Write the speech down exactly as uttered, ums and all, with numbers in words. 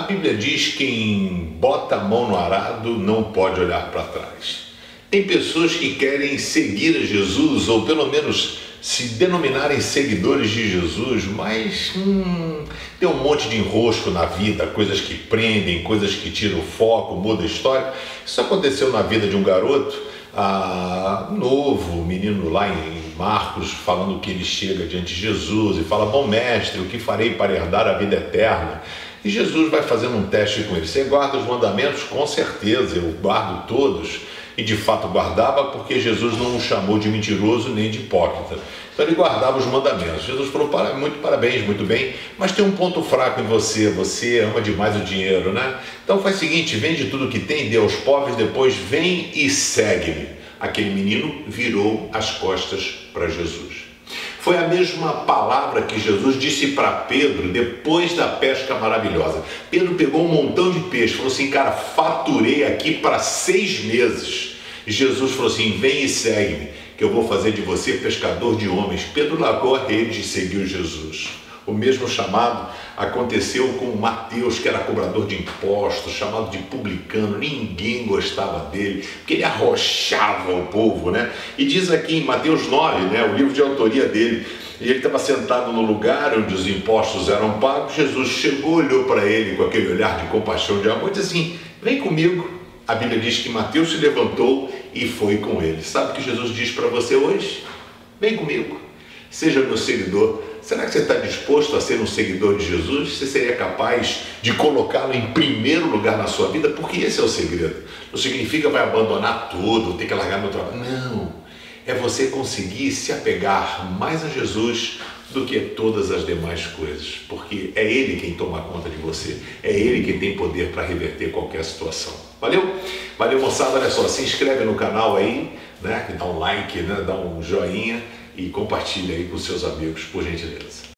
Bíblia diz que quem bota a mão no arado não pode olhar para trás. Tem pessoas que querem seguir a Jesus, ou pelo menos se denominarem seguidores de Jesus, mas hum, tem um monte de enrosco na vida, coisas que prendem, coisas que tiram o foco, mudam a história. Isso aconteceu na vida de um garoto, ah, novo, menino lá em Marcos, falando que ele chega diante de Jesus e fala: bom mestre, o que farei para herdar a vida eterna? E Jesus vai fazendo um teste com ele. Você guarda os mandamentos? Com certeza, eu guardo todos. E de fato guardava, porque Jesus não o chamou de mentiroso nem de hipócrita. Então ele guardava os mandamentos. Jesus falou: muito parabéns, muito bem, mas tem um ponto fraco em você, você ama demais o dinheiro, né? Então faz o seguinte, vende tudo que tem, dê aos pobres, depois vem e segue-me. Aquele menino virou as costas para Jesus. Foi a mesma palavra que Jesus disse para Pedro depois da pesca maravilhosa. Pedro pegou um montão de peixe, falou assim: cara, faturei aqui para seis meses. E Jesus falou assim: vem e segue-me, que eu vou fazer de você pescador de homens. Pedro largou a rede e seguiu Jesus. O mesmo chamado aconteceu com Mateus, que era cobrador de impostos, chamado de publicano. Ninguém gostava dele, porque ele arrochava o povo, né? E diz aqui em Mateus nove, né, o livro de autoria dele, e ele estava sentado no lugar onde os impostos eram pagos. Jesus chegou, olhou para ele com aquele olhar de compaixão, de amor, e disse assim: vem comigo. A Bíblia diz que Mateus se levantou e foi com ele. Sabe o que Jesus diz para você hoje? Vem comigo, seja meu seguidor. Será que você está disposto a ser um seguidor de Jesus? Você seria capaz de colocá-lo em primeiro lugar na sua vida? Porque esse é o segredo. Não significa vai abandonar tudo, ter que largar meu trabalho. Não. É você conseguir se apegar mais a Jesus do que todas as demais coisas. Porque é Ele quem toma conta de você. É Ele quem tem poder para reverter qualquer situação. Valeu? Valeu, moçada. Olha só, se inscreve no canal aí, né? Dá um like, né? Dá um joinha. E compartilhe aí com seus amigos, por gentileza.